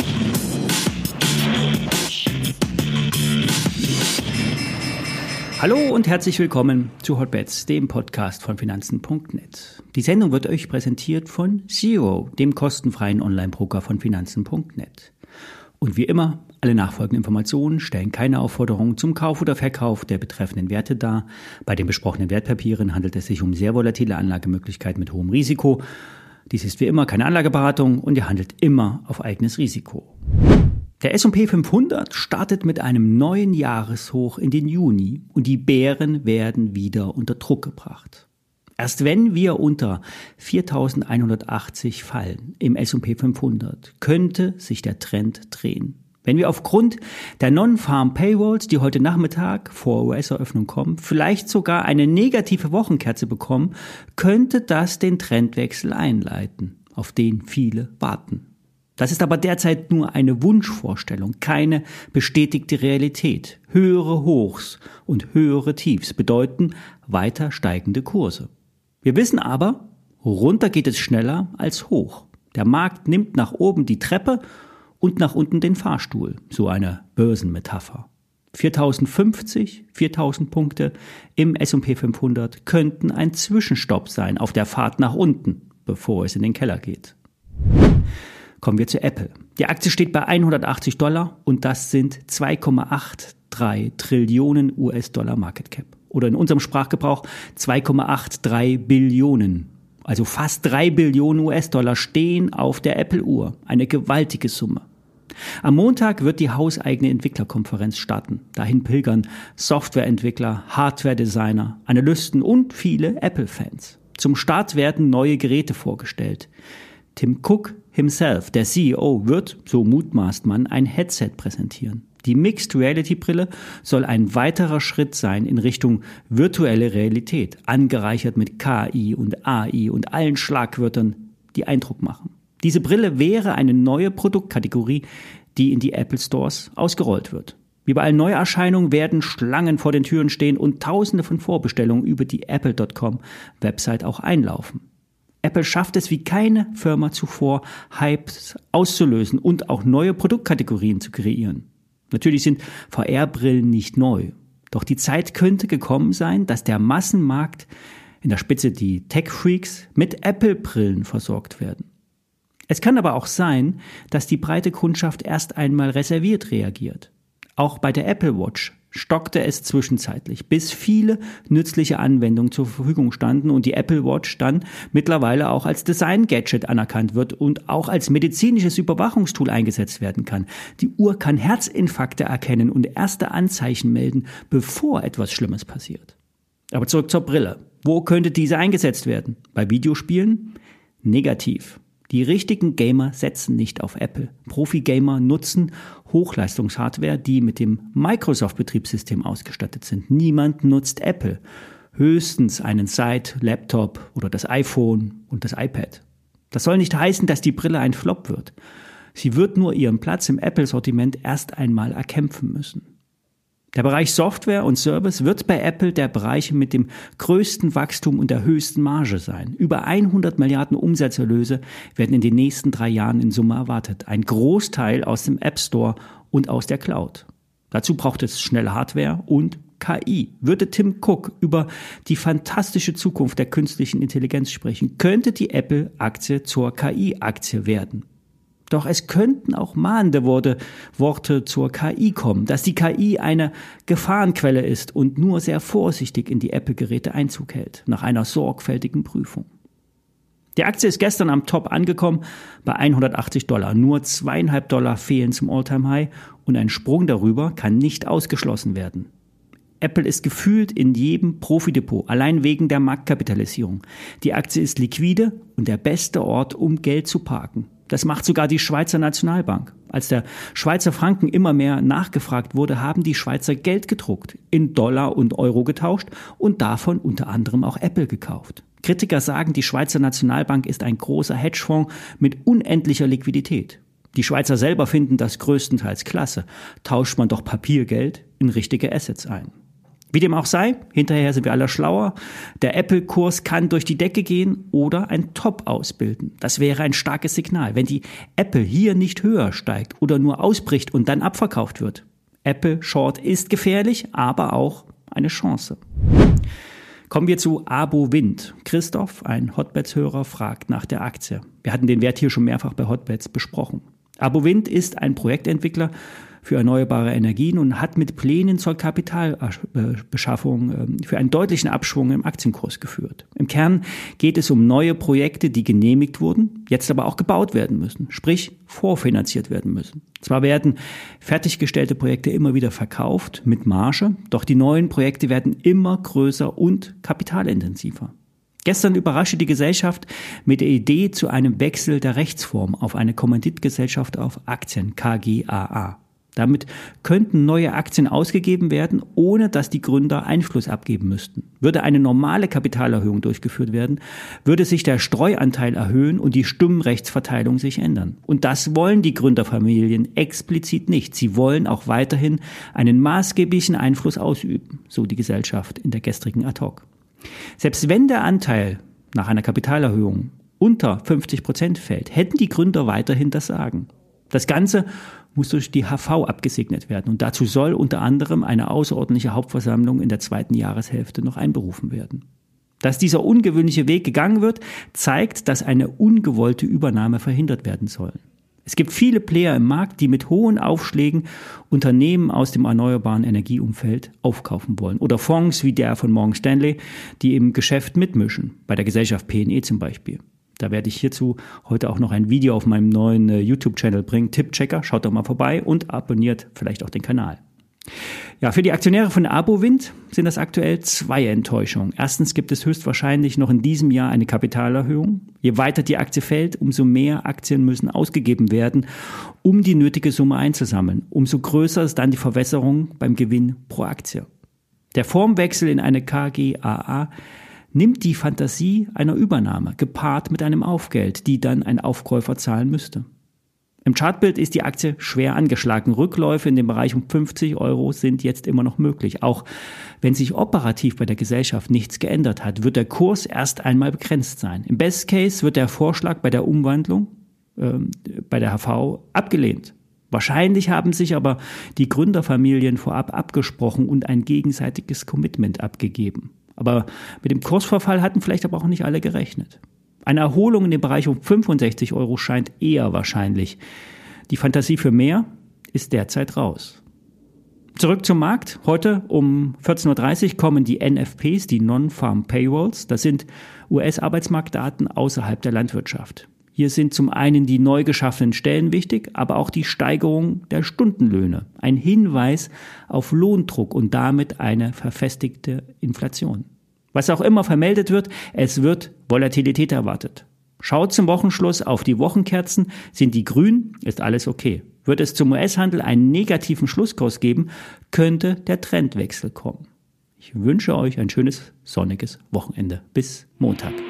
Hallo und herzlich willkommen zu Hotbets, dem Podcast von Finanzen.net. Die Sendung wird euch präsentiert von Zero, dem kostenfreien Online-Broker von Finanzen.net. Und wie immer, alle nachfolgenden Informationen stellen keine Aufforderung zum Kauf oder Verkauf der betreffenden Werte dar. Bei den besprochenen Wertpapieren handelt es sich um sehr volatile Anlagemöglichkeiten mit hohem Risiko. Dies ist wie immer keine Anlageberatung und ihr handelt immer auf eigenes Risiko. Der S&P 500 startet mit einem neuen Jahreshoch in den Juni und die Bären werden wieder unter Druck gebracht. Erst wenn wir unter 4.180 fallen im S&P 500, könnte sich der Trend drehen. Wenn wir aufgrund der Non-Farm Payrolls, die heute Nachmittag vor US-Eröffnung kommen, vielleicht sogar eine negative Wochenkerze bekommen, könnte das den Trendwechsel einleiten, auf den viele warten. Das ist aber derzeit nur eine Wunschvorstellung, keine bestätigte Realität. Höhere Hochs und höhere Tiefs bedeuten weiter steigende Kurse. Wir wissen aber, runter geht es schneller als hoch. Der Markt nimmt nach oben die Treppe und nach unten den Fahrstuhl, so eine Börsenmetapher. 4.050, 4.000 Punkte im S&P 500 könnten ein Zwischenstopp sein auf der Fahrt nach unten, bevor es in den Keller geht. Kommen wir zu Apple. Die Aktie steht bei $180 und das sind 2,83 Trillionen US-Dollar Market Cap. Oder in unserem Sprachgebrauch 2,83 Billionen. Also fast 3 Billionen US-Dollar stehen auf der Apple-Uhr. Eine gewaltige Summe. Am Montag wird die hauseigene Entwicklerkonferenz starten. Dahin pilgern Softwareentwickler, Hardware-Designer, Analysten und viele Apple-Fans. Zum Start werden neue Geräte vorgestellt. Tim Cook himself, der CEO, wird, so mutmaßt man, ein Headset präsentieren. Die Mixed Reality Brille soll ein weiterer Schritt sein in Richtung virtuelle Realität, angereichert mit KI und AI und allen Schlagwörtern, die Eindruck machen. Diese Brille wäre eine neue Produktkategorie, die in die Apple Stores ausgerollt wird. Wie bei allen Neuerscheinungen werden Schlangen vor den Türen stehen und Tausende von Vorbestellungen über die Apple.com-Website auch einlaufen. Apple schafft es wie keine Firma zuvor, Hypes auszulösen und auch neue Produktkategorien zu kreieren. Natürlich sind VR-Brillen nicht neu. Doch die Zeit könnte gekommen sein, dass der Massenmarkt, in der Spitze die Tech-Freaks, mit Apple-Brillen versorgt werden. Es kann aber auch sein, dass die breite Kundschaft erst einmal reserviert reagiert. Auch bei der Apple Watch stockte es zwischenzeitlich, bis viele nützliche Anwendungen zur Verfügung standen und die Apple Watch dann mittlerweile auch als Design-Gadget anerkannt wird und auch als medizinisches Überwachungstool eingesetzt werden kann. Die Uhr kann Herzinfarkte erkennen und erste Anzeichen melden, bevor etwas Schlimmes passiert. Aber zurück zur Brille. Wo könnte diese eingesetzt werden? Bei Videospielen? Negativ. Die richtigen Gamer setzen nicht auf Apple. Profi-Gamer nutzen Hochleistungshardware, die mit dem Microsoft-Betriebssystem ausgestattet sind. Niemand nutzt Apple. Höchstens einen Side, Laptop oder das iPhone und das iPad. Das soll nicht heißen, dass die Brille ein Flop wird. Sie wird nur ihren Platz im Apple-Sortiment erst einmal erkämpfen müssen. Der Bereich Software und Service wird bei Apple der Bereich mit dem größten Wachstum und der höchsten Marge sein. Über 100 Milliarden Umsatzerlöse werden in den nächsten 3 Jahren in Summe erwartet. Ein Großteil aus dem App Store und aus der Cloud. Dazu braucht es schnelle Hardware und KI. Würde Tim Cook über die fantastische Zukunft der künstlichen Intelligenz sprechen, könnte die Apple-Aktie zur KI-Aktie werden. Doch es könnten auch mahnende Worte zur KI kommen, dass die KI eine Gefahrenquelle ist und nur sehr vorsichtig in die Apple-Geräte Einzug hält, nach einer sorgfältigen Prüfung. Die Aktie ist gestern am Top angekommen bei $180. Nur $2,50 fehlen zum All-Time-High und ein Sprung darüber kann nicht ausgeschlossen werden. Apple ist gefühlt in jedem Profidepot, allein wegen der Marktkapitalisierung. Die Aktie ist liquide und der beste Ort, um Geld zu parken. Das macht sogar die Schweizer Nationalbank. Als der Schweizer Franken immer mehr nachgefragt wurde, haben die Schweizer Geld gedruckt, in Dollar und Euro getauscht und davon unter anderem auch Apple gekauft. Kritiker sagen, die Schweizer Nationalbank ist ein großer Hedgefonds mit unendlicher Liquidität. Die Schweizer selber finden das größtenteils klasse. Tauscht man doch Papiergeld in richtige Assets ein. Wie dem auch sei, hinterher sind wir alle schlauer. Der Apple-Kurs kann durch die Decke gehen oder ein Top ausbilden. Das wäre ein starkes Signal, wenn die Apple hier nicht höher steigt oder nur ausbricht und dann abverkauft wird. Apple Short ist gefährlich, aber auch eine Chance. Kommen wir zu Abowind. Christoph, ein Hotbets-Hörer, fragt nach der Aktie. Wir hatten den Wert hier schon mehrfach bei Hotbets besprochen. Abowind ist ein Projektentwickler für erneuerbare Energien und hat mit Plänen zur Kapitalbeschaffung für einen deutlichen Abschwung im Aktienkurs geführt. Im Kern geht es um neue Projekte, die genehmigt wurden, jetzt aber auch gebaut werden müssen, sprich vorfinanziert werden müssen. Zwar werden fertiggestellte Projekte immer wieder verkauft mit Marge, doch die neuen Projekte werden immer größer und kapitalintensiver. Gestern überraschte die Gesellschaft mit der Idee zu einem Wechsel der Rechtsform auf eine Kommanditgesellschaft auf Aktien, KGaA. Damit könnten neue Aktien ausgegeben werden, ohne dass die Gründer Einfluss abgeben müssten. Würde eine normale Kapitalerhöhung durchgeführt werden, würde sich der Streuanteil erhöhen und die Stimmrechtsverteilung sich ändern. Und das wollen die Gründerfamilien explizit nicht. Sie wollen auch weiterhin einen maßgeblichen Einfluss ausüben, so die Gesellschaft in der gestrigen Ad-Hoc. Selbst wenn der Anteil nach einer Kapitalerhöhung unter 50% fällt, hätten die Gründer weiterhin das Sagen. Das Ganze muss durch die HV abgesegnet werden und dazu soll unter anderem eine außerordentliche Hauptversammlung in der zweiten Jahreshälfte noch einberufen werden. Dass dieser ungewöhnliche Weg gegangen wird, zeigt, dass eine ungewollte Übernahme verhindert werden soll. Es gibt viele Player im Markt, die mit hohen Aufschlägen Unternehmen aus dem erneuerbaren Energieumfeld aufkaufen wollen. Oder Fonds wie der von Morgan Stanley, die im Geschäft mitmischen, bei der Gesellschaft PNE zum Beispiel. Da werde ich hierzu heute auch noch ein Video auf meinem neuen YouTube-Channel bringen. Tippchecker, schaut doch mal vorbei und abonniert vielleicht auch den Kanal. Ja, für die Aktionäre von Abowind sind das aktuell zwei Enttäuschungen. Erstens gibt es höchstwahrscheinlich noch in diesem Jahr eine Kapitalerhöhung. Je weiter die Aktie fällt, umso mehr Aktien müssen ausgegeben werden, um die nötige Summe einzusammeln. Umso größer ist dann die Verwässerung beim Gewinn pro Aktie. Der Formwechsel in eine KGaA nimmt die Fantasie einer Übernahme, gepaart mit einem Aufgeld, die dann ein Aufkäufer zahlen müsste. Im Chartbild ist die Aktie schwer angeschlagen. Rückläufe in dem Bereich um 50 € sind jetzt immer noch möglich. Auch wenn sich operativ bei der Gesellschaft nichts geändert hat, wird der Kurs erst einmal begrenzt sein. Im Best Case wird der Vorschlag bei der Umwandlung bei der HV abgelehnt. Wahrscheinlich haben sich aber die Gründerfamilien vorab abgesprochen und ein gegenseitiges Commitment abgegeben. Aber mit dem Kursverfall hatten vielleicht aber auch nicht alle gerechnet. Eine Erholung in dem Bereich um 65 € scheint eher wahrscheinlich. Die Fantasie für mehr ist derzeit raus. Zurück zum Markt. Heute um 14:30 Uhr kommen die NFPs, die Non-Farm Payrolls. Das sind US-Arbeitsmarktdaten außerhalb der Landwirtschaft. Hier sind zum einen die neu geschaffenen Stellen wichtig, aber auch die Steigerung der Stundenlöhne. Ein Hinweis auf Lohndruck und damit eine verfestigte Inflation. Was auch immer vermeldet wird, es wird Volatilität erwartet. Schaut zum Wochenschluss auf die Wochenkerzen. Sind die grün, ist alles okay. Wird es zum US-Handel einen negativen Schlusskurs geben, könnte der Trendwechsel kommen. Ich wünsche euch ein schönes, sonniges Wochenende. Bis Montag.